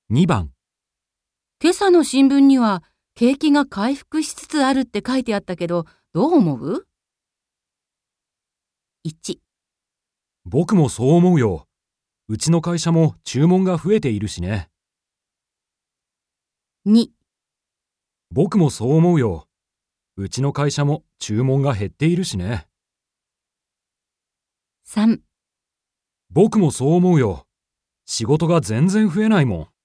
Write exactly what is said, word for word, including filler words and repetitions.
にばん、 今朝の新聞には景気が回復しつつあるって書いてあったけど、どう思う？ いち、 僕もそう思うよ。うちの会社も注文が増えているしね。 に、 僕もそう思うよ。うちの会社も注文が減っているしね。 さん、 僕もそう思うよ。仕事が全然増えないもん。